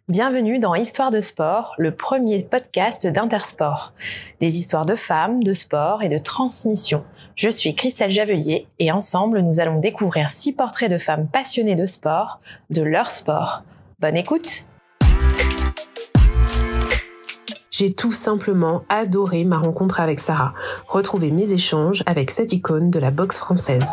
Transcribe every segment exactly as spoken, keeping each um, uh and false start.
Bienvenue dans Histoire de sport, le premier podcast d'Intersport. Des histoires de femmes, de sport et de transmission. Je suis Christelle Javelier et ensemble nous allons découvrir six portraits de femmes passionnées de sport, de leur sport. Bonne écoute! J'ai tout simplement adoré ma rencontre avec Sarah. Retrouvez mes échanges avec cette icône de la boxe française.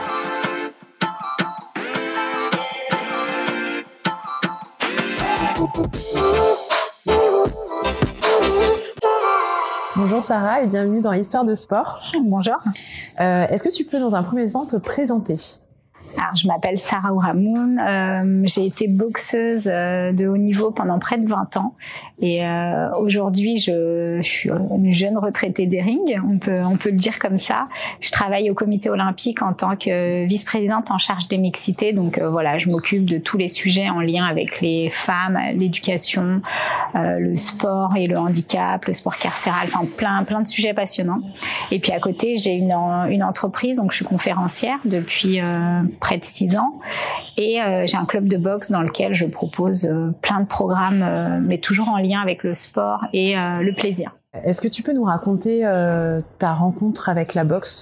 Bonjour Sarah et bienvenue dans Histoire de sport. Bonjour. Euh, est-ce que tu peux dans un premier temps te présenter ? Alors, je m'appelle Sarah Ouramoun, euh, j'ai été boxeuse euh, de haut niveau pendant près de vingt ans et euh, aujourd'hui je, je suis une jeune retraitée des rings, on peut, on peut le dire comme ça. Je travaille au comité olympique en tant que vice-présidente en charge des mixités, donc euh, voilà, je m'occupe de tous les sujets en lien avec les femmes, l'éducation, euh, le sport et le handicap, le sport carcéral, enfin plein, plein de sujets passionnants. Et puis à côté, j'ai une, une entreprise, donc je suis conférencière depuis euh, près de six ans et euh, j'ai un club de boxe dans lequel je propose euh, plein de programmes euh, mais toujours en lien avec le sport et euh, le plaisir. Est-ce que tu peux nous raconter euh, ta rencontre avec la boxe ?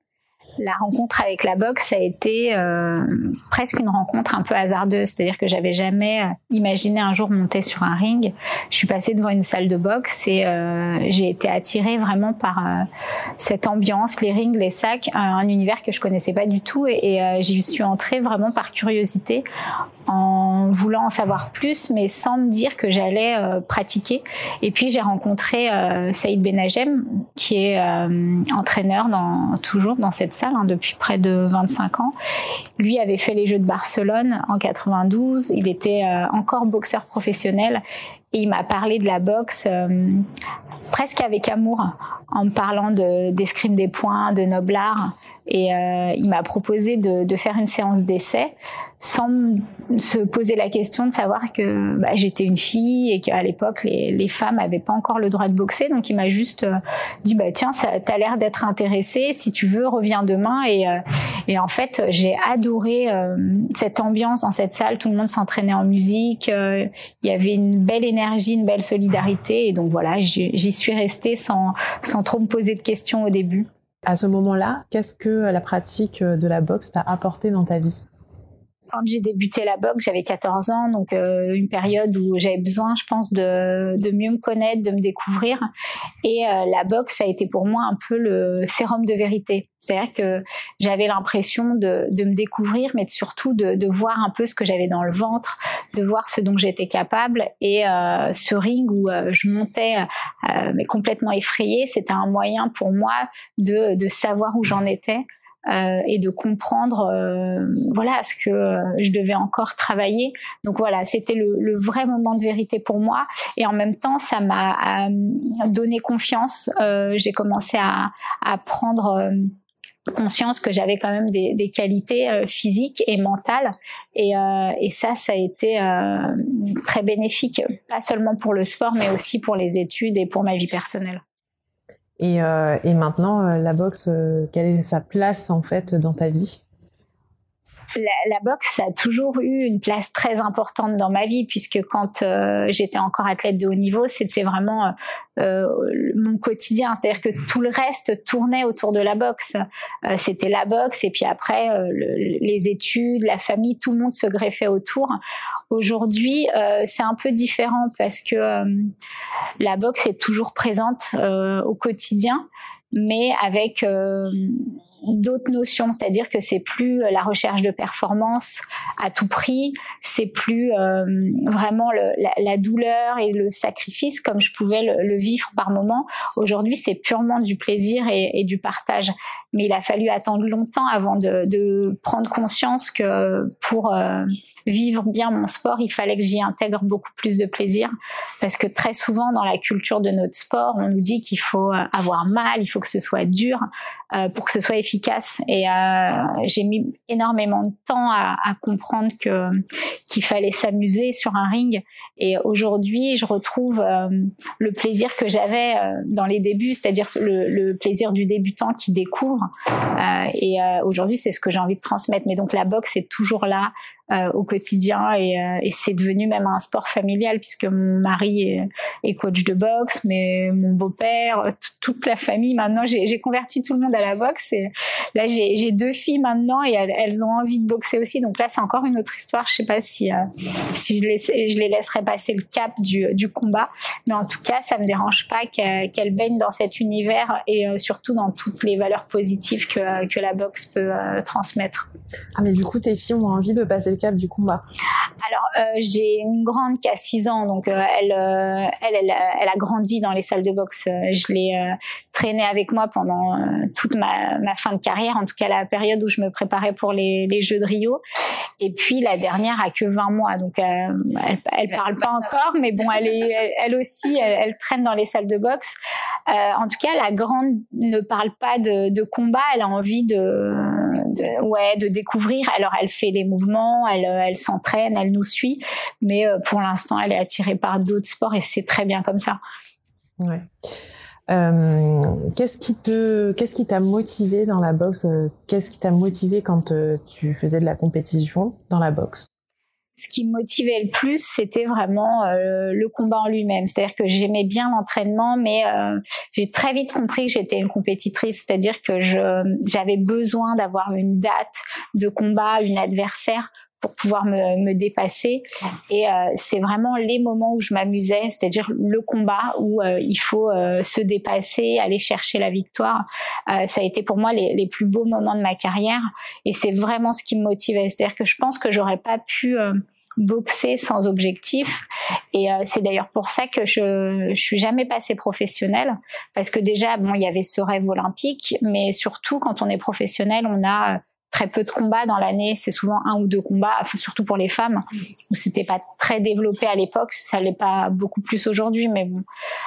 La rencontre avec la boxe a été euh, presque une rencontre un peu hasardeuse, c'est-à-dire que j'avais jamais imaginé un jour monter sur un ring. Je suis passée devant une salle de boxe et euh, j'ai été attirée vraiment par euh, cette ambiance, les rings, les sacs, un, un univers que je connaissais pas du tout et, et euh, j'y suis entrée vraiment par curiosité, en voulant en savoir plus, mais sans me dire que j'allais euh, pratiquer. Et puis j'ai rencontré euh, Saïd Benajem, qui est euh, entraîneur dans, toujours dans cette salle hein, depuis près de vingt-cinq ans. Lui avait fait les Jeux de Barcelone en quatre-vingt-douze. Il était euh, encore boxeur professionnel et il m'a parlé de la boxe euh, presque avec amour, en me parlant de, d'escrime des poings, de noble art. Et euh, il m'a proposé de, de faire une séance d'essai sans se poser la question de savoir que bah, j'étais une fille et qu'à l'époque les, les femmes avaient pas encore le droit de boxer. Donc il m'a juste euh, dit bah tiens, ça t'as l'air d'être intéressée, si tu veux reviens demain. Et, euh, et en fait j'ai adoré euh, cette ambiance dans cette salle. Tout le monde s'entraînait en musique, euh, il y avait une belle énergie, une belle solidarité. Et donc voilà, j'y, j'y suis restée sans sans trop me poser de questions au début. À ce moment-là, qu'est-ce que la pratique de la boxe t'a apporté dans ta vie ? Quand j'ai débuté la boxe, j'avais quatorze ans, donc euh, une période où j'avais besoin, je pense, de, de mieux me connaître, de me découvrir. Et euh, la boxe, ça a été pour moi un peu le sérum de vérité. C'est-à-dire que j'avais l'impression de, de me découvrir, mais surtout de, de voir un peu ce que j'avais dans le ventre, de voir ce dont j'étais capable. Et euh, ce ring où euh, je montais, euh, mais complètement effrayée, c'était un moyen pour moi de, de savoir où j'en étais. Euh, et de comprendre euh, voilà ce que euh, je devais encore travailler. Donc voilà, c'était le, le vrai moment de vérité pour moi et en même temps ça m'a euh, donné confiance. Euh, j'ai commencé à, à prendre euh, conscience que j'avais quand même des, des qualités euh, physiques et mentales et, euh, et ça ça a été euh, très bénéfique, pas seulement pour le sport mais aussi pour les études et pour ma vie personnelle. Et, euh, et maintenant, euh, la boxe, euh, quelle est sa place en fait dans ta vie ? La, la boxe a toujours eu une place très importante dans ma vie puisque quand euh, j'étais encore athlète de haut niveau, c'était vraiment euh, mon quotidien. C'est-à-dire que tout le reste tournait autour de la boxe. Euh, c'était la boxe et puis après euh, le, les études, la famille, tout le monde se greffait autour. Aujourd'hui, euh, c'est un peu différent parce que euh, la boxe est toujours présente euh, au quotidien, mais avec euh, d'autres notions, c'est-à-dire que c'est plus la recherche de performance à tout prix, c'est plus euh, vraiment le, la, la douleur et le sacrifice comme je pouvais le, le vivre par moment. Aujourd'hui, c'est purement du plaisir et, et du partage. Mais il a fallu attendre longtemps avant de, de prendre conscience que pour euh, vivre bien mon sport, il fallait que j'y intègre beaucoup plus de plaisir parce que très souvent dans la culture de notre sport, on nous dit qu'il faut avoir mal, il faut que ce soit dur euh, pour que ce soit efficace et euh, j'ai mis énormément de temps à, à comprendre que qu'il fallait s'amuser sur un ring et aujourd'hui je retrouve euh, le plaisir que j'avais euh, dans les débuts, c'est-à-dire le, le plaisir du débutant qui découvre euh, et euh, aujourd'hui c'est ce que j'ai envie de transmettre. Mais donc la boxe est toujours là euh, au quotidien et, euh, et c'est devenu même un sport familial puisque mon mari est, est coach de boxe, mais mon beau-père, t- toute la famille maintenant, j'ai, j'ai converti tout le monde à la boxe et là j'ai, j'ai deux filles maintenant et elles, elles ont envie de boxer aussi, donc là c'est encore une autre histoire. Je sais pas si, euh, si je, les, je les laisserai passer le cap du, du combat, mais en tout cas ça me dérange pas qu'elles, qu'elles baignent dans cet univers et euh, surtout dans toutes les valeurs positives que, que la boxe peut euh, transmettre. Ah mais du coup tes filles ont envie de passer le cap du combat? Alors euh, j'ai une grande qui a six ans, donc euh, elle, euh, elle, elle, elle a grandi dans les salles de boxe. Je l'ai euh, traînée avec moi pendant euh, toute ma, ma fin de carrière, en tout cas la période où je me préparais pour les, les Jeux de Rio. Et puis la dernière a que vingt mois, donc euh, elle, elle parle pas encore, mais bon, elle est, elle, elle aussi, elle, elle traîne dans les salles de boxe. Euh, en tout cas, la grande ne parle pas de, de combat, elle a envie de, de, ouais, de découvrir. Alors elle fait les mouvements, elle, elle s'entraîne, elle nous suit, mais euh, pour l'instant, elle est attirée par d'autres sports et c'est très bien comme ça. Ouais. Euh, qu'est-ce qui te, qu'est-ce qui t'a motivé dans la boxe? Qu'est-ce qui t'a motivé quand euh, tu faisais de la compétition dans la boxe? Ce qui me motivait le plus, c'était vraiment euh, le combat en lui-même. C'est-à-dire que j'aimais bien l'entraînement, mais euh, j'ai très vite compris que j'étais une compétitrice. C'est-à-dire que je, j'avais besoin d'avoir une date de combat, une adversaire pour pouvoir me, me dépasser. Et euh, c'est vraiment les moments où je m'amusais, c'est-à-dire le combat où euh, il faut euh, se dépasser, aller chercher la victoire. Euh, ça a été pour moi les, les plus beaux moments de ma carrière et c'est vraiment ce qui me motivait. C'est-à-dire que je pense que j'aurais pas pu euh, boxer sans objectif et euh, c'est d'ailleurs pour ça que je je suis jamais passée professionnelle parce que déjà bon il y avait ce rêve olympique, mais surtout quand on est professionnel on a euh, très peu de combats dans l'année, c'est souvent un ou deux combats, enfin, surtout pour les femmes, où c'était pas très développé à l'époque, ça l'est pas beaucoup plus aujourd'hui, mais bon.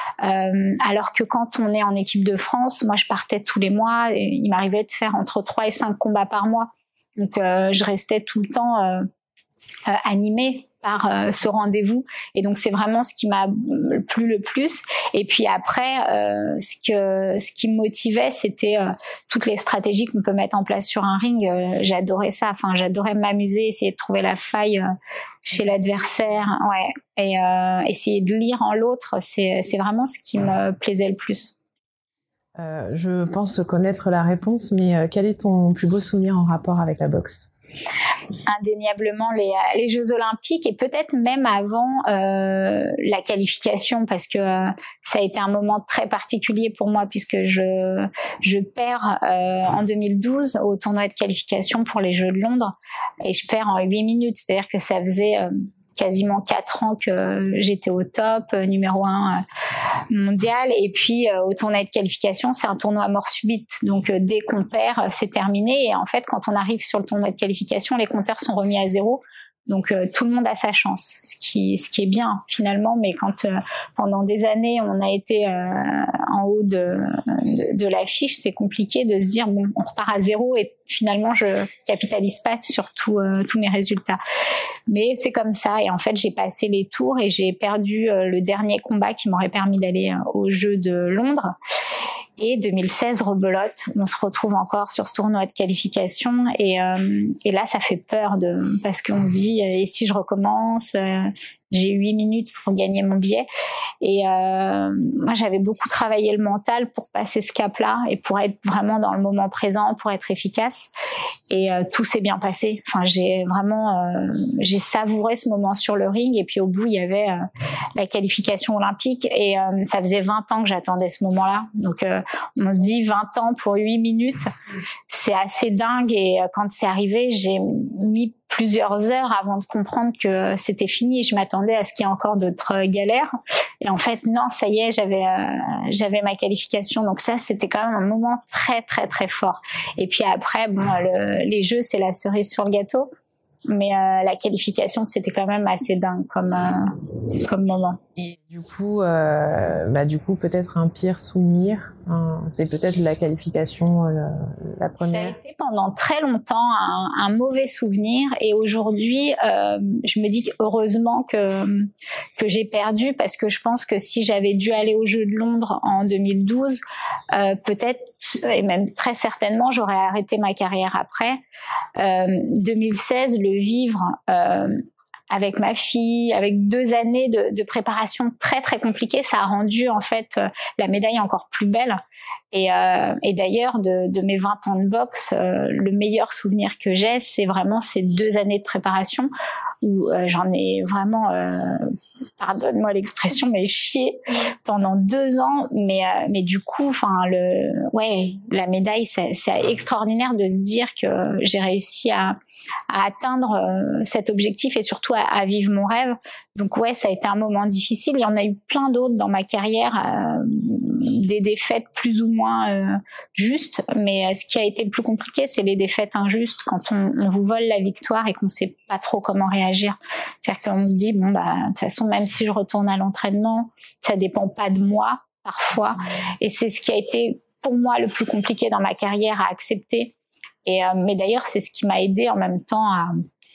Euh, alors que quand on est en équipe de France, moi je partais tous les mois, et il m'arrivait de faire entre trois et cinq combats par mois, donc euh, je restais tout le temps euh, euh, animée par euh, ce rendez-vous et donc c'est vraiment ce qui m'a plu le plus et puis après euh, ce que ce qui me motivait c'était euh, toutes les stratégies qu'on peut mettre en place sur un ring. Euh, j'adorais ça, enfin j'adorais m'amuser, essayer de trouver la faille euh, chez l'adversaire, ouais, et euh, essayer de lire en l'autre, c'est c'est vraiment ce qui me plaisait le plus. Euh, je pense connaître la réponse, mais euh, quel est ton plus beau souvenir en rapport avec la boxe? Indéniablement les, les Jeux Olympiques et peut-être même avant euh, la qualification parce que euh, ça a été un moment très particulier pour moi puisque je je perds euh, en deux mille douze au tournoi de qualification pour les Jeux de Londres et je perds en huit minutes, c'est-à-dire que ça faisait euh, quasiment quatre ans que j'étais au top, euh, numéro un euh, mondial. Et puis, euh, au tournoi de qualification, c'est un tournoi à mort subite. Donc, euh, dès qu'on perd, euh, c'est terminé. Et en fait, quand on arrive sur le tournoi de qualification, les compteurs sont remis à zéro. Donc euh, tout le monde a sa chance, ce qui ce qui est bien finalement. Mais quand euh, pendant des années on a été euh, en haut de, de de l'affiche, c'est compliqué de se dire bon on repart à zéro et finalement je capitalise pas sur tout, euh, tous mes résultats. Mais c'est comme ça et en fait j'ai passé les tours et j'ai perdu euh, le dernier combat qui m'aurait permis d'aller euh, aux Jeux de Londres. Et deux mille seize, rebelote, on se retrouve encore sur ce tournoi de qualification et, euh, et là ça fait peur de parce qu'on se dit et si je recommence, euh, j'ai huit minutes pour gagner mon billet et euh, moi j'avais beaucoup travaillé le mental pour passer ce cap-là et pour être vraiment dans le moment présent, pour être efficace et euh, tout s'est bien passé. Enfin j'ai vraiment euh, j'ai savouré ce moment sur le ring et puis au bout il y avait euh, la qualification olympique et euh, ça faisait vingt ans que j'attendais ce moment-là. Donc euh, on se dit vingt ans pour huit minutes, c'est assez dingue et euh, quand c'est arrivé, j'ai mis plusieurs heures avant de comprendre que c'était fini. Je m'attendais à ce qu'il y ait encore d'autres galères. Et en fait, non, ça y est, j'avais, euh, j'avais ma qualification. Donc ça, c'était quand même un moment très, très, très fort. Et puis après, bon, le, les jeux, c'est la cerise sur le gâteau. Mais euh, la qualification, c'était quand même assez dingue comme, euh, comme moment. Et du coup, euh, bah du coup, peut-être un pire souvenir, hein, c'est peut-être la qualification, euh, la première. Ça a été pendant très longtemps un, un mauvais souvenir, et aujourd'hui, euh, je me dis heureusement que que j'ai perdu, parce que je pense que si j'avais dû aller aux Jeux de Londres en deux mille douze, euh, peut-être, et même très certainement, j'aurais arrêté ma carrière après. Euh, deux mille seize, le vivre. Euh, avec ma fille, avec deux années de, de préparation très très compliquées, ça a rendu en fait euh, la médaille encore plus belle. Et, euh, et d'ailleurs, de, de mes vingt ans de boxe, euh, le meilleur souvenir que j'ai, c'est vraiment ces deux années de préparation où euh, j'en ai vraiment, euh, pardonne-moi l'expression, mais chié pendant deux ans. Mais euh, mais du coup, enfin le, ouais, la médaille, c'est, c'est extraordinaire de se dire que j'ai réussi à à atteindre euh, cet objectif et surtout à, à vivre mon rêve. Donc ouais, ça a été un moment difficile. Il y en a eu plein d'autres dans ma carrière, euh, des défaites plus ou moins euh, justes, mais euh, ce qui a été le plus compliqué, c'est les défaites injustes, quand on, on vous vole la victoire et qu'on sait pas trop comment réagir. C'est-à-dire qu'on se dit, bon, bah, de toute façon, même si je retourne à l'entraînement, ça dépend pas de moi, parfois. Et c'est ce qui a été, pour moi, le plus compliqué dans ma carrière à accepter. Et, euh, mais d'ailleurs, c'est ce qui m'a aidé en même temps à,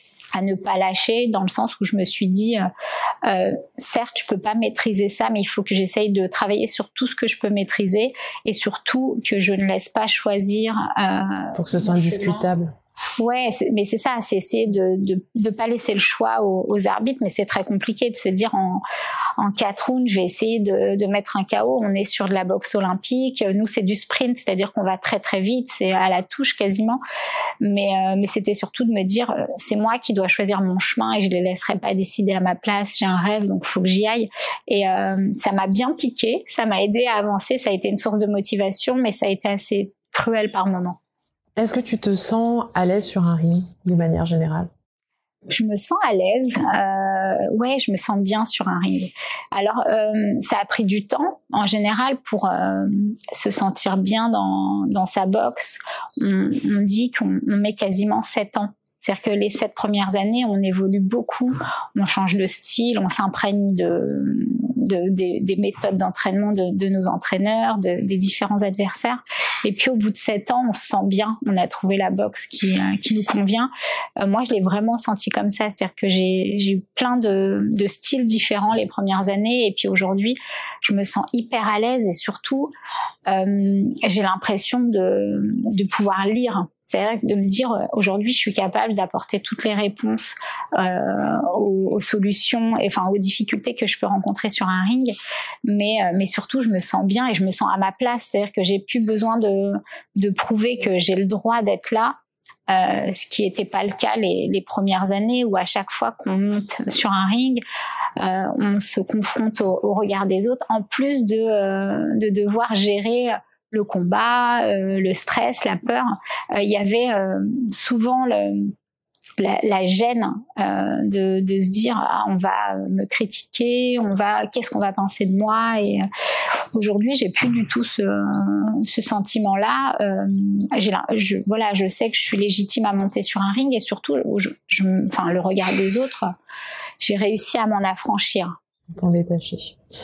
à ne pas lâcher, dans le sens où je me suis dit, euh, euh, certes, je peux pas maîtriser ça, mais il faut que j'essaye de travailler sur tout ce que je peux maîtriser, et surtout que je ne laisse pas choisir. Euh, Pour que ce soit indiscutable. Ouais, c'est, mais c'est ça, c'est essayer de de de pas laisser le choix aux, aux arbitres, mais c'est très compliqué de se dire en en quatre rounds, je vais essayer de de mettre un K O. On est sur de la boxe olympique, nous c'est du sprint, c'est-à-dire qu'on va très très vite, c'est à la touche quasiment. Mais euh, mais c'était surtout de me dire, euh, c'est moi qui dois choisir mon chemin et je les laisserai pas décider à ma place. J'ai un rêve, donc faut que j'y aille. Et euh, ça m'a bien piqué, ça m'a aidé à avancer, ça a été une source de motivation, mais ça a été assez cruel par moments. Est-ce que tu te sens à l'aise sur un ring, de manière générale ? Je me sens à l'aise. Euh, ouais, je me sens bien sur un ring. Alors, euh, ça a pris du temps, en général, pour euh, se sentir bien dans, dans sa boxe. On, on dit qu'on on met quasiment sept ans. C'est-à-dire que les sept premières années, on évolue beaucoup, on change de style, on s'imprègne de, de, de des méthodes d'entraînement de, de nos entraîneurs, de, des différents adversaires. Et puis au bout de sept ans, on se sent bien, on a trouvé la boxe qui, euh, qui nous convient. Euh, moi, je l'ai vraiment senti comme ça, c'est-à-dire que j'ai, j'ai eu plein de, de styles différents les premières années, et puis aujourd'hui, je me sens hyper à l'aise, et surtout, euh, j'ai l'impression de, de pouvoir lire. C'est-à-dire de me dire, aujourd'hui, je suis capable d'apporter toutes les réponses euh, aux, aux solutions, enfin aux difficultés que je peux rencontrer sur un ring, mais mais surtout, je me sens bien et je me sens à ma place. C'est-à-dire que j'ai plus besoin de de prouver que j'ai le droit d'être là, euh, ce qui n'était pas le cas les, les premières années, où à chaque fois qu'on monte sur un ring, euh, on se confronte au, au regard des autres, en plus de euh, de devoir gérer le combat, euh, le stress, la peur. Il euh, y avait euh, souvent le, la, la gêne euh, de, de se dire, ah, on va me critiquer, on va, qu'est-ce qu'on va penser de moi. Et euh, aujourd'hui, j'ai plus du tout ce, ce sentiment-là. Euh, j'ai la, je, voilà, je sais que je suis légitime à monter sur un ring, et surtout, je, je, enfin, le regard des autres, j'ai réussi à m'en affranchir. T'en détacher.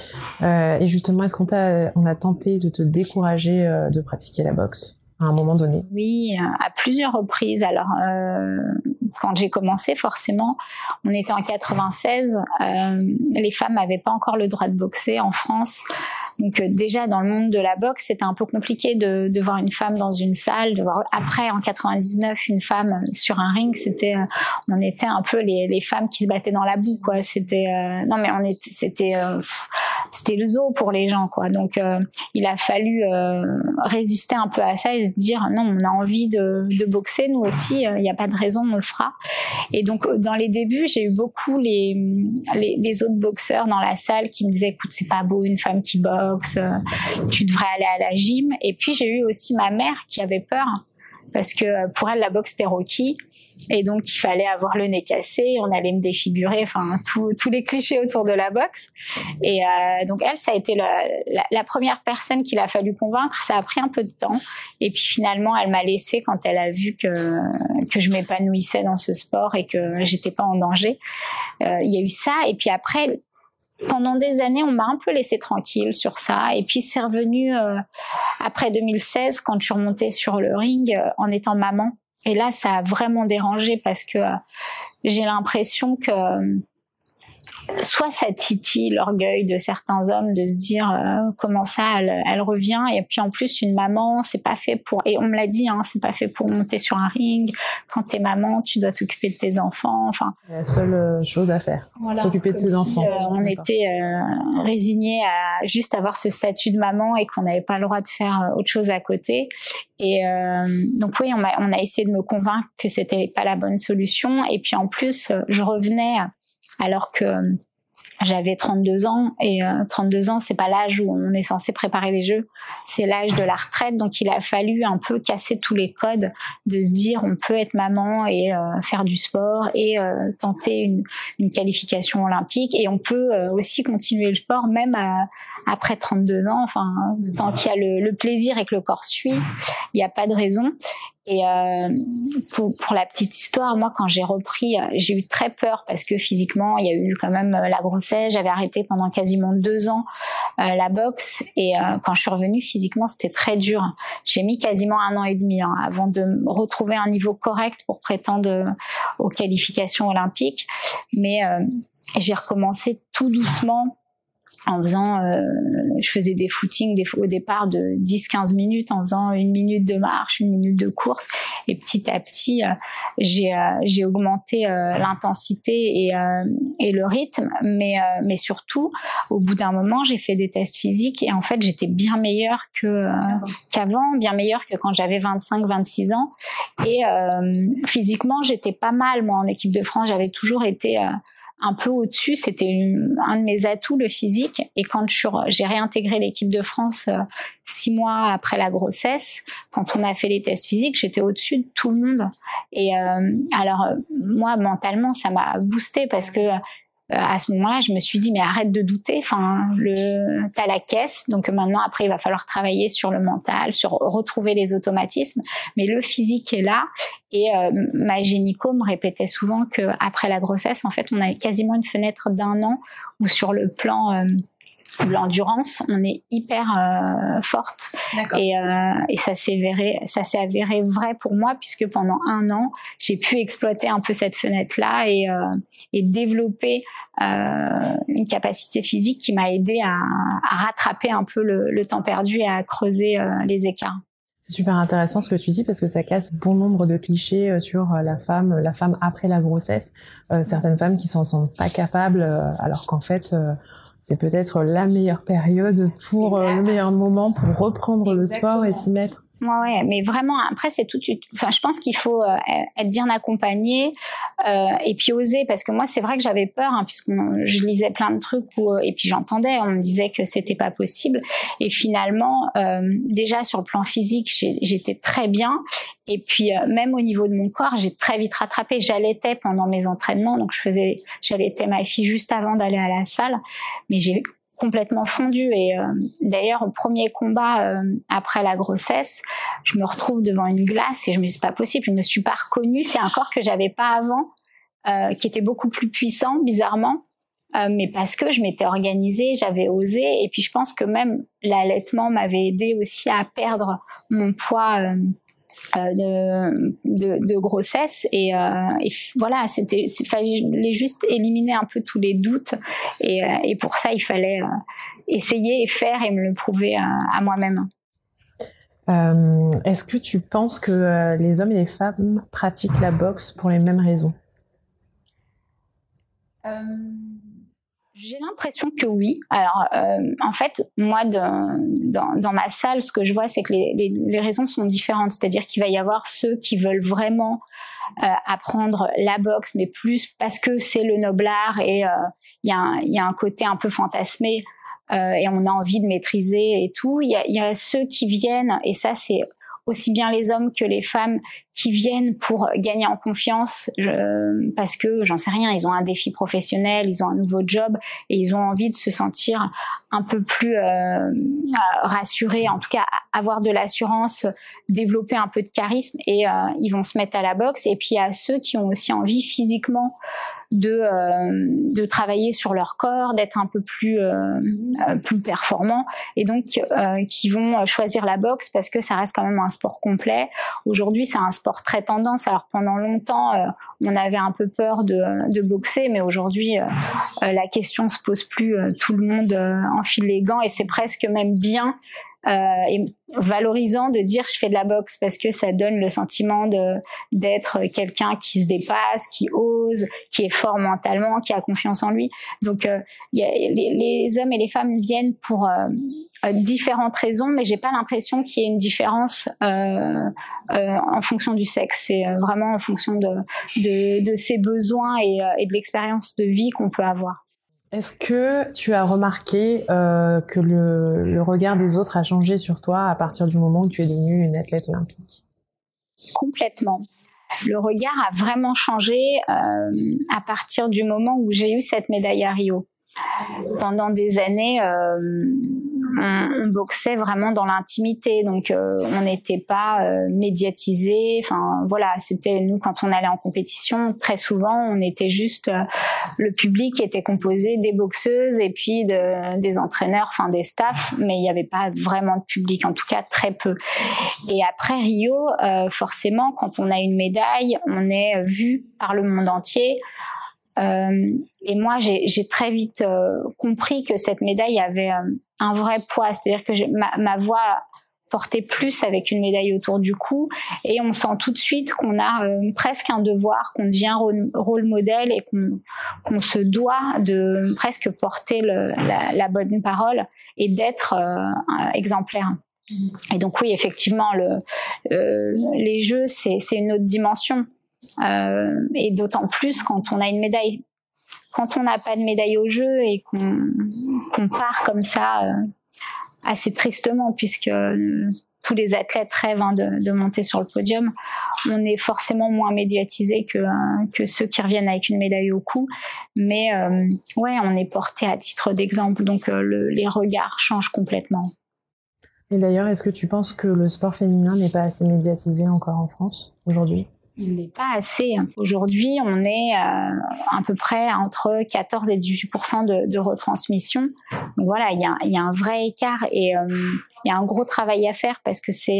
Euh, et justement, est-ce qu'on t'a, on a tenté de te décourager euh, de pratiquer la boxe à un moment donné ? Oui, à plusieurs reprises. Alors, euh, quand j'ai commencé, forcément, on était en quatre-vingt-seize. Euh, les femmes n'avaient pas encore le droit de boxer en France. Donc euh, déjà, dans le monde de la boxe, c'était un peu compliqué de, de voir une femme dans une salle, de voir après, en quatre-vingt-dix-neuf, une femme sur un ring. C'était, euh, on était un peu les, les femmes qui se battaient dans la boue, quoi. C'était, euh, non mais on était, c'était, euh, c'était le zoo pour les gens, quoi. Donc euh, il a fallu euh, résister un peu à ça et se dire, non, on a envie de, de boxer, nous aussi. Il euh, n'y a pas de raison, on le fera. Et donc dans les débuts, j'ai eu beaucoup les, les, les autres boxeurs dans la salle qui me disaient, écoute, c'est pas beau une femme qui boxe. Tu devrais aller à la gym. Et puis j'ai eu aussi ma mère qui avait peur, parce que pour elle la boxe c'était Rocky, et donc il fallait avoir le nez cassé, on allait me défigurer, enfin tous les clichés autour de la boxe. Et euh, donc elle, ça a été la, la, la première personne qu'il a fallu convaincre. Ça a pris un peu de temps, et puis finalement elle m'a laissée quand elle a vu que que je m'épanouissais dans ce sport et que j'étais pas en danger. Euh, il y a eu ça, et puis après, pendant des années, on m'a un peu laissé tranquille sur ça. Et puis, c'est revenu euh, après deux mille seize, quand je suis remontée sur le ring euh, en étant maman. Et là, ça a vraiment dérangé parce que euh, j'ai l'impression que euh, soit ça titille l'orgueil de certains hommes de se dire euh, comment ça elle, elle revient, et puis en plus une maman c'est pas fait pour, et on me l'a dit hein, c'est pas fait pour monter sur un ring. Quand t'es maman tu dois t'occuper de tes enfants, enfin c'est la seule chose à faire, voilà, s'occuper de ses si, enfants. Euh, on était euh, résignés à juste avoir ce statut de maman et qu'on n'avait pas le droit de faire autre chose à côté. Et euh, donc oui, on a, on a essayé de me convaincre que c'était pas la bonne solution. Et puis en plus je revenais alors que j'avais trente-deux ans, et euh, trente-deux ans, c'est pas l'âge où on est censé préparer les Jeux, c'est l'âge de la retraite. Donc il a fallu un peu casser tous les codes, de se dire on peut être maman et euh, faire du sport et euh, tenter une, une qualification olympique, et on peut euh, aussi continuer le sport même à, après trente-deux ans. Enfin, tant qu'il y a le, le plaisir et que le corps suit, il n'y a pas de raison. Et euh, pour, pour la petite histoire, moi quand j'ai repris, j'ai eu très peur parce que physiquement il y a eu quand même la grossesse, j'avais arrêté pendant quasiment deux ans euh, la boxe, et euh, quand je suis revenue physiquement c'était très dur. J'ai mis quasiment un an et demi hein, avant de retrouver un niveau correct pour prétendre aux qualifications olympiques, mais euh, j'ai recommencé tout doucement en faisant, euh, je faisais des footings des, au départ de dix à quinze minutes, en faisant une minute de marche, une minute de course, et petit à petit, euh, j'ai, euh, j'ai augmenté euh, l'intensité et, euh, et le rythme, mais, euh, mais surtout, au bout d'un moment, j'ai fait des tests physiques, et en fait, j'étais bien meilleure que, euh, qu'avant, bien meilleure que quand j'avais vingt-cinq vingt-six ans, et euh, physiquement, j'étais pas mal, moi, en équipe de France, j'avais toujours été... Euh, un peu au-dessus, c'était une, un de mes atouts, le physique. Et quand je, j'ai réintégré l'équipe de France euh, six mois après la grossesse, quand on a fait les tests physiques, j'étais au-dessus de tout le monde. Et euh, alors, moi, mentalement, ça m'a boosté parce que euh, à ce moment-là, je me suis dit, mais arrête de douter. Enfin, le, t'as la caisse. Donc maintenant, après, il va falloir travailler sur le mental, sur retrouver les automatismes. Mais le physique est là. Et euh, ma gynéco me répétait souvent que après la grossesse, en fait, on avait quasiment une fenêtre d'un an où sur le plan euh, de l'endurance, on est hyper euh, forte. D'accord. Et, euh, et ça s'est avéré, ça s'est avéré vrai pour moi, puisque pendant un an, j'ai pu exploiter un peu cette fenêtre-là et, euh, et développer euh, une capacité physique qui m'a aidé à, à rattraper un peu le, le temps perdu et à creuser euh, les écarts. C'est super intéressant ce que tu dis, parce que ça casse bon nombre de clichés sur la femme, la femme après la grossesse. Euh, certaines femmes qui s'en sentent pas capables, euh, alors qu'en fait, euh, c'est peut-être la meilleure période pour euh, le meilleur moment pour reprendre Exactement. Le sport et s'y mettre. Ouais, ouais, mais vraiment, après, c'est tout de suite. Enfin, je pense qu'il faut euh, être bien accompagné euh, et puis oser, parce que moi, c'est vrai que j'avais peur, hein, puisque je lisais plein de trucs où, et puis j'entendais, on me disait que c'était pas possible. Et finalement, euh, déjà sur le plan physique, j'ai, j'étais très bien. Et puis euh, même au niveau de mon corps, j'ai très vite rattrapé. J'allaitais pendant mes entraînements, donc je faisais, j'allaitais ma fille juste avant d'aller à la salle, mais j'ai complètement fondu. Et euh, d'ailleurs au premier combat euh, après la grossesse, je me retrouve devant une glace et je me dis c'est pas possible, je me suis pas reconnue, c'est un corps que j'avais pas avant, euh, qui était beaucoup plus puissant bizarrement, euh, mais parce que je m'étais organisée, j'avais osé. Et puis je pense que même l'allaitement m'avait aidé aussi à perdre mon poids euh, De, de, de grossesse, et, euh, et voilà, c'était, il fallait juste éliminer un peu tous les doutes, et, euh, et pour ça il fallait euh, essayer et faire et me le prouver à, à moi-même. Euh, est-ce que tu penses que euh, les hommes et les femmes pratiquent la boxe pour les mêmes raisons? euh... J'ai l'impression que oui. Alors, euh, en fait, moi, de, dans, dans ma salle, ce que je vois, c'est que les, les, les raisons sont différentes. C'est-à-dire qu'il va y avoir ceux qui veulent vraiment euh, apprendre la boxe, mais plus parce que c'est le noble art et il euh, y, y a un côté un peu fantasmé euh, et on a envie de maîtriser et tout. Il y a, y a ceux qui viennent, et ça, c'est aussi bien les hommes que les femmes, qui viennent pour gagner en confiance, je, parce que j'en sais rien, ils ont un défi professionnel, ils ont un nouveau job et ils ont envie de se sentir un peu plus euh, rassurés, en tout cas avoir de l'assurance, développer un peu de charisme, et euh, ils vont se mettre à la boxe. Et puis il y a ceux qui ont aussi envie physiquement de euh, de travailler sur leur corps, d'être un peu plus euh, plus performants, et donc euh, qui vont choisir la boxe parce que ça reste quand même un sport complet. Aujourd'hui, c'est un sport très tendance. Alors pendant longtemps, euh, on avait un peu peur de de boxer, mais aujourd'hui, euh, la question se pose plus. Tout le monde euh, enfile les gants, et c'est presque même bien euh, et valorisant de dire je fais de la boxe, parce que ça donne le sentiment de d'être quelqu'un qui se dépasse, qui ose, qui est fort mentalement, qui a confiance en lui. Donc euh, y a, les, les hommes et les femmes viennent pour euh, euh, différentes raisons, mais j'ai pas l'impression qu'il y ait une différence euh, euh, en fonction du sexe. C'est vraiment en fonction de de, de ses besoins et, et de l'expérience de vie qu'on peut avoir. Est-ce que tu as remarqué euh, que le, le regard des autres a changé sur toi à partir du moment où tu es devenue une athlète olympique ? Complètement. Le regard a vraiment changé euh, à partir du moment où j'ai eu cette médaille à Rio. Pendant des années, euh, on, on boxait vraiment dans l'intimité, donc euh, on n'était pas euh, médiatisé. Enfin voilà, c'était nous quand on allait en compétition, très souvent on était juste euh, le public était composé des boxeuses et puis de, des entraîneurs, enfin des staffs, mais il n'y avait pas vraiment de public, en tout cas très peu. Et après Rio, euh, forcément, quand on a une médaille, on est vu par le monde entier. Euh, et moi, j'ai, j'ai très vite euh, compris que cette médaille avait euh, un vrai poids. C'est-à-dire que je, ma, ma voix portait plus avec une médaille autour du cou, et on sent tout de suite qu'on a euh, presque un devoir, qu'on devient rôle, rôle modèle, et qu'on, qu'on se doit de presque porter le, la, la bonne parole et d'être euh, exemplaire. Et donc oui, effectivement, le, euh, les Jeux, c'est, c'est une autre dimension. Euh, et d'autant plus quand on a une médaille. Quand on n'a pas de médaille au jeu et qu'on, qu'on part comme ça euh, assez tristement, puisque euh, tous les athlètes rêvent hein, de, de monter sur le podium, on est forcément moins médiatisé que, euh, que ceux qui reviennent avec une médaille au cou. Mais euh, ouais, on est porté à titre d'exemple, donc euh, le, les regards changent complètement. Et d'ailleurs, est-ce que tu penses que le sport féminin n'est pas assez médiatisé encore en France aujourd'hui ? Il n'est pas assez. Aujourd'hui, on est euh, à peu près entre quatorze et dix-huit pour cent de, de retransmission. Donc voilà, il y a, il y a un vrai écart, et euh, il y a un gros travail à faire, parce que c'est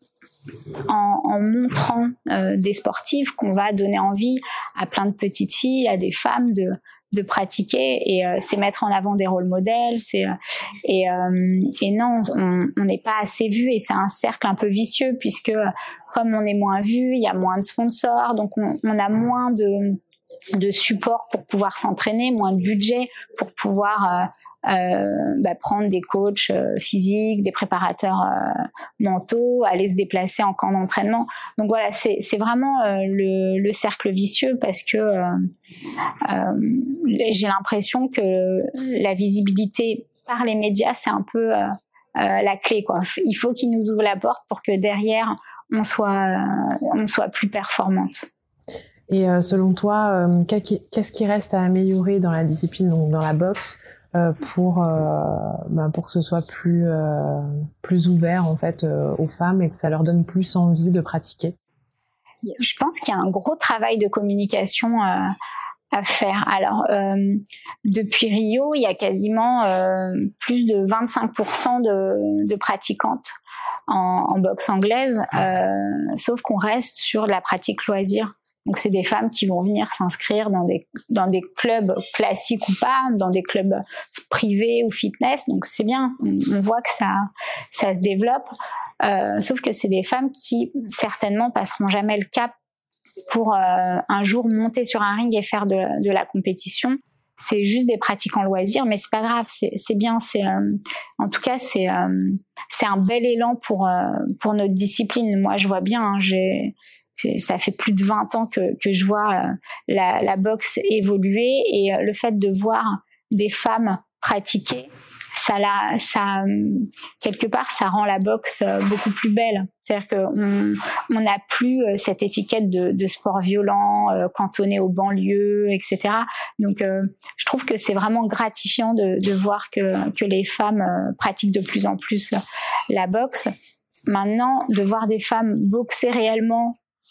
en, en montrant euh, des sportives qu'on va donner envie à plein de petites filles, à des femmes de de pratiquer, et euh, c'est mettre en avant des rôles modèles, c'est euh, et euh, et non, on n'est pas assez vu, et c'est un cercle un peu vicieux, puisque comme on est moins vu, il y a moins de sponsors, donc on, on a moins de de support pour pouvoir s'entraîner, moins de budget pour pouvoir euh, Euh, bah, prendre des coachs euh, physiques, des préparateurs euh, mentaux, aller se déplacer en camp d'entraînement. Donc voilà, c'est, c'est vraiment euh, le, le cercle vicieux, parce que euh, euh, j'ai l'impression que la visibilité par les médias, c'est un peu euh, euh, la clé, quoi. Il faut qu'ils nous ouvrent la porte pour que derrière, on soit, euh, on soit plus performante. Et euh, selon toi, euh, qu'est-ce qui reste à améliorer dans la discipline, donc dans la boxe, Euh, pour euh, bah, pour que ce soit plus euh, plus ouvert en fait euh, aux femmes, et que ça leur donne plus envie de pratiquer? Je pense qu'il y a un gros travail de communication euh, à faire. Alors euh, depuis Rio, il y a quasiment euh, plus de vingt-cinq pour cent de, de pratiquantes en, en boxe anglaise, euh, sauf qu'on reste sur la pratique loisir. Donc c'est des femmes qui vont venir s'inscrire dans des dans des clubs classiques ou pas, dans des clubs privés ou fitness. Donc c'est bien, on, on voit que ça ça se développe. Euh, sauf que c'est des femmes qui certainement passeront jamais le cap pour euh, un jour monter sur un ring et faire de, de la compétition. C'est juste des pratiquants loisirs, mais c'est pas grave, c'est, c'est bien. C'est euh, en tout cas c'est euh, c'est un bel élan pour euh, pour notre discipline. Moi je vois bien, hein, j'ai ça fait plus de vingt ans que, que je vois euh, la, la boxe évoluer, et euh, le fait de voir des femmes pratiquer, ça, la, ça quelque part, ça rend la boxe euh, beaucoup plus belle. C'est-à-dire qu'on on n'a plus euh, cette étiquette de, de sport violent, euh, cantonné aux banlieues, et cetera. Donc, euh, je trouve que c'est vraiment gratifiant de, de voir que, que les femmes euh, pratiquent de plus en plus la boxe. Maintenant, de voir des femmes boxer réellement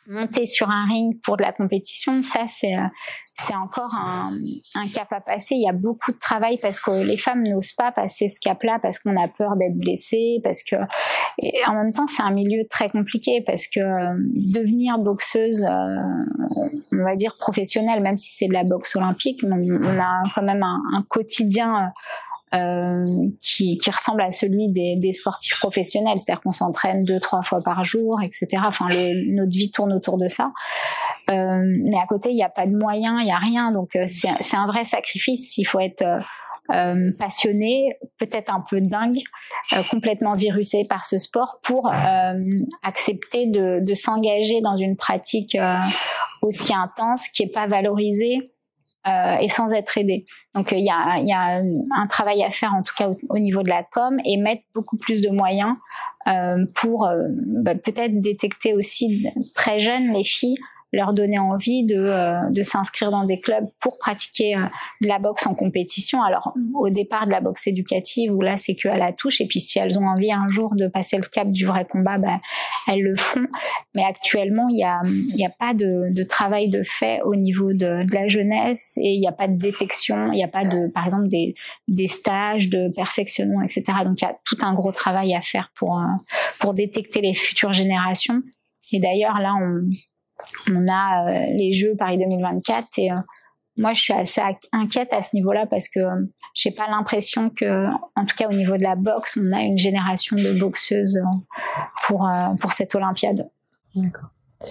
monter sur un ring pour de la compétition, ça c'est c'est encore un, un cap à passer. Il y a beaucoup de travail parce que les femmes n'osent pas passer ce cap-là parce qu'on a peur d'être blessée, parce que et en même temps c'est un milieu très compliqué parce que euh, devenir boxeuse, euh, on va dire professionnelle, même si c'est de la boxe olympique, on, on a quand même un, un quotidien. Euh, qui, qui ressemble à celui des, des sportifs professionnels, c'est-à-dire qu'on s'entraîne deux, trois fois par jour, et cetera. Enfin, le, notre vie tourne autour de ça. Euh, mais à côté, il n'y a pas de moyens, il n'y a rien, donc euh, c'est, c'est un vrai sacrifice. Il faut être euh, euh, passionné, peut-être un peu dingue, euh, complètement virusé par ce sport pour euh, accepter de, de s'engager dans une pratique euh, aussi intense qui n'est pas valorisée. Euh, et sans être aidé. Donc il euh, y a, y a un travail à faire en tout cas au, au niveau de la com et mettre beaucoup plus de moyens euh, pour euh, bah, peut-être détecter aussi très jeunes les filles, leur donner envie de, euh, de s'inscrire dans des clubs pour pratiquer euh, de la boxe en compétition. Alors au départ de la boxe éducative où là c'est que à la touche et puis si elles ont envie un jour de passer le cap du vrai combat, bah, elles le font. Mais actuellement il y a, il y a pas de, de travail de fait au niveau de, de la jeunesse et il n'y a pas de détection, il n'y a pas de par exemple des, des stages de perfectionnement, et cetera. Donc il y a tout un gros travail à faire pour, euh, pour détecter les futures générations. Et d'ailleurs là on On a euh, les Jeux Paris deux mille vingt-quatre et euh, moi je suis assez inquiète à ce niveau-là parce que euh, j'ai pas l'impression que, en tout cas au niveau de la boxe, on a une génération de boxeuses euh, pour euh, pour cette Olympiade. D'accord.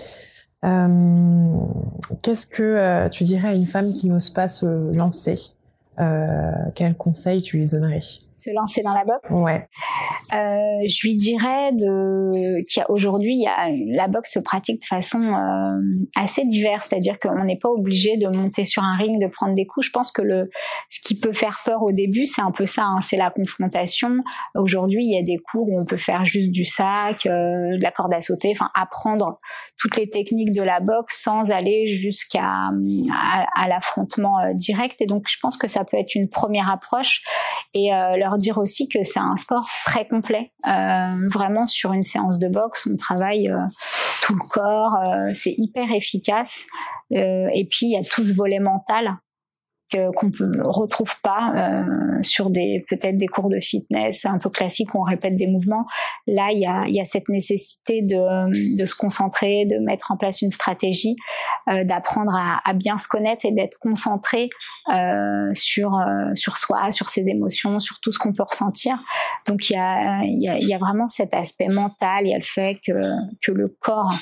Euh, qu'est-ce que euh, tu dirais à une femme qui n'ose pas se lancer? Euh, quel conseil tu lui donnerais? Se lancer dans la boxe? Ouais. Euh, je lui dirais de qu'il y a aujourd'hui, il y a la boxe se pratique de façon euh, assez diverse, c'est-à-dire qu'on n'est pas obligé de monter sur un ring, de prendre des coups. Je pense que le ce qui peut faire peur au début, c'est un peu ça, hein, c'est la confrontation. Aujourd'hui, il y a des cours où on peut faire juste du sac, euh, de la corde à sauter, enfin apprendre toutes les techniques de la boxe sans aller jusqu'à à, à l'affrontement euh, direct. Et donc, je pense que ça peut être une première approche et euh, leur dire aussi que c'est un sport très complet. Euh, vraiment, sur une séance de boxe, on travaille euh, tout le corps, euh, c'est hyper efficace. Euh, et puis, il y a tout ce volet mental que, qu'on ne retrouve pas euh, sur des peut-être des cours de fitness un peu classiques où on répète des mouvements. Là, il y a, il y a cette nécessité de, de se concentrer, de mettre en place une stratégie, euh, d'apprendre à, à bien se connaître et d'être concentré euh, sur, euh, sur soi, sur ses émotions, sur tout ce qu'on peut ressentir. Donc, il y a, il y a, il y a vraiment cet aspect mental, il y a le fait que, que le corps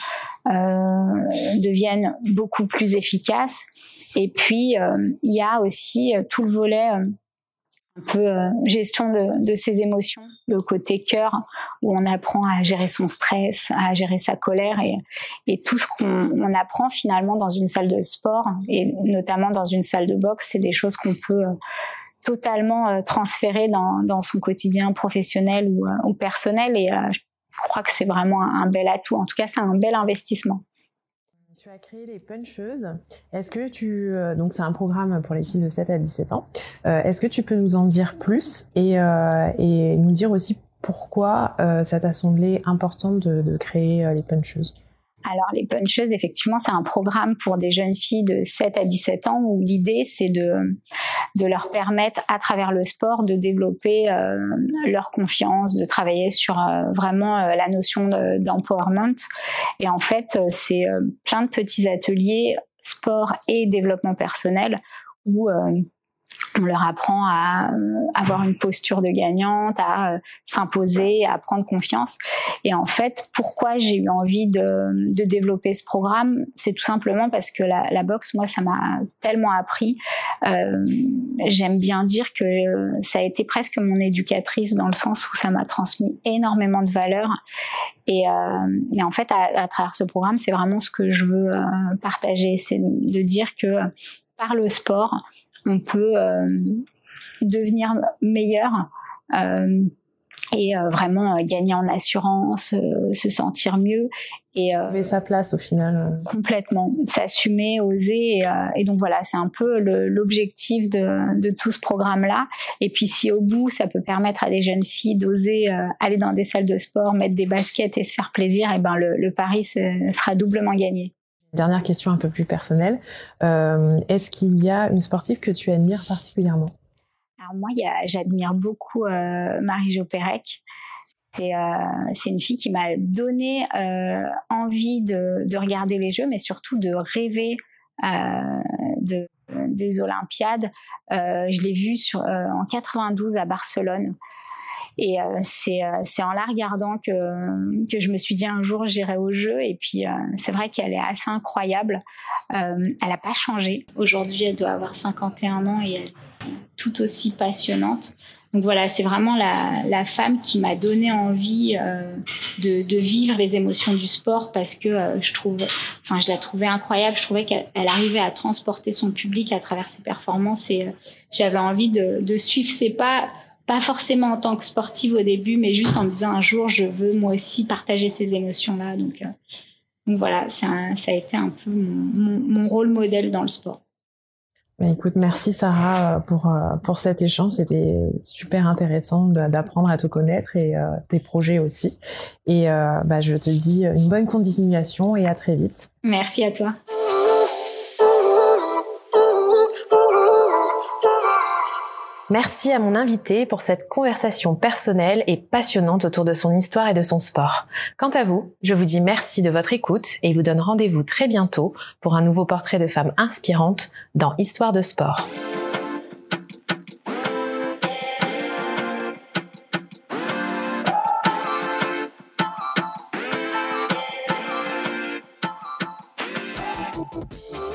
euh, devienne beaucoup plus efficace. Et puis, euh, il y a aussi euh, tout le volet euh, un peu euh, gestion de, de ses émotions, le côté cœur, où on apprend à gérer son stress, à gérer sa colère et, et tout ce qu'on on apprend finalement dans une salle de sport et notamment dans une salle de boxe, c'est des choses qu'on peut euh, totalement euh, transférer dans, dans son quotidien professionnel ou, euh, ou personnel et euh, je crois que c'est vraiment un, un bel atout. En tout cas, c'est un bel investissement. Tu as créé les Puncheuses. Est-ce que tu euh, donc c'est un programme pour les filles de sept à dix-sept ans. Euh, est-ce que tu peux nous en dire plus et euh, et nous dire aussi pourquoi euh, ça t'a semblé important de, de créer euh, les Puncheuses? Alors, les Puncheuses, effectivement, c'est un programme pour des jeunes filles de sept à dix-sept ans où l'idée, c'est de, de leur permettre, à travers le sport, de développer euh, leur confiance, de travailler sur euh, vraiment euh, la notion de, d'empowerment. Et en fait, c'est euh, plein de petits ateliers sport et développement personnel où euh, on leur apprend à avoir une posture de gagnante, à s'imposer, à prendre confiance. Et en fait, pourquoi j'ai eu envie de, de développer ce programme, c'est tout simplement parce que la, la boxe, moi, ça m'a tellement appris. Euh, j'aime bien dire que ça a été presque mon éducatrice dans le sens où ça m'a transmis énormément de valeurs. Et, euh, et en fait, à, à travers ce programme, c'est vraiment ce que je veux euh, partager, c'est de dire que par le sport, on peut euh, devenir meilleur, euh, et euh, vraiment euh, gagner en assurance, euh, se sentir mieux et euh, trouver sa place au final. Complètement, s'assumer, oser et, euh, et donc voilà, c'est un peu le, l'objectif de, de tout ce programme-là. Et puis si au bout ça peut permettre à des jeunes filles d'oser euh, aller dans des salles de sport, mettre des baskets et se faire plaisir, et ben le, le pari sera doublement gagné. Dernière question un peu plus personnelle, euh, est-ce qu'il y a une sportive que tu admires particulièrement? Alors moi, il y a, j'admire beaucoup euh, Marie-Jo Pérec. C'est, euh, c'est une fille qui m'a donné euh, envie de, de regarder les Jeux, mais surtout de rêver euh, de, des Olympiades. Euh, je l'ai vue sur, euh, en quatre-vingt-douze à Barcelone. Et euh, c'est, euh, c'est en la regardant que, que je me suis dit un jour j'irai aux Jeux. Et puis euh, c'est vrai qu'elle est assez incroyable. Euh, elle n'a pas changé. Aujourd'hui, elle doit avoir cinquante et un ans et elle est tout aussi passionnante. Donc voilà, c'est vraiment la, la femme qui m'a donné envie euh, de, de vivre les émotions du sport parce que euh, je trouve, enfin je la trouvais incroyable. Je trouvais qu'elle elle arrivait à transporter son public à travers ses performances et euh, j'avais envie de, de suivre ses pas, pas forcément en tant que sportive au début, mais juste en me disant un jour je veux moi aussi partager ces émotions-là. Donc, euh, donc voilà, c'est un, ça a été un peu mon, mon, mon rôle modèle dans le sport. Écoute, merci Sarah pour pour cet échange, c'était super intéressant d'apprendre à te connaître et euh, tes projets aussi. Et euh, bah, je te dis une bonne continuation et à très vite. Merci à toi. Merci à mon invité pour cette conversation personnelle et passionnante autour de son histoire et de son sport. Quant à vous, je vous dis merci de votre écoute et vous donne rendez-vous très bientôt pour un nouveau portrait de femme inspirante dans Histoire de sport. Thank you.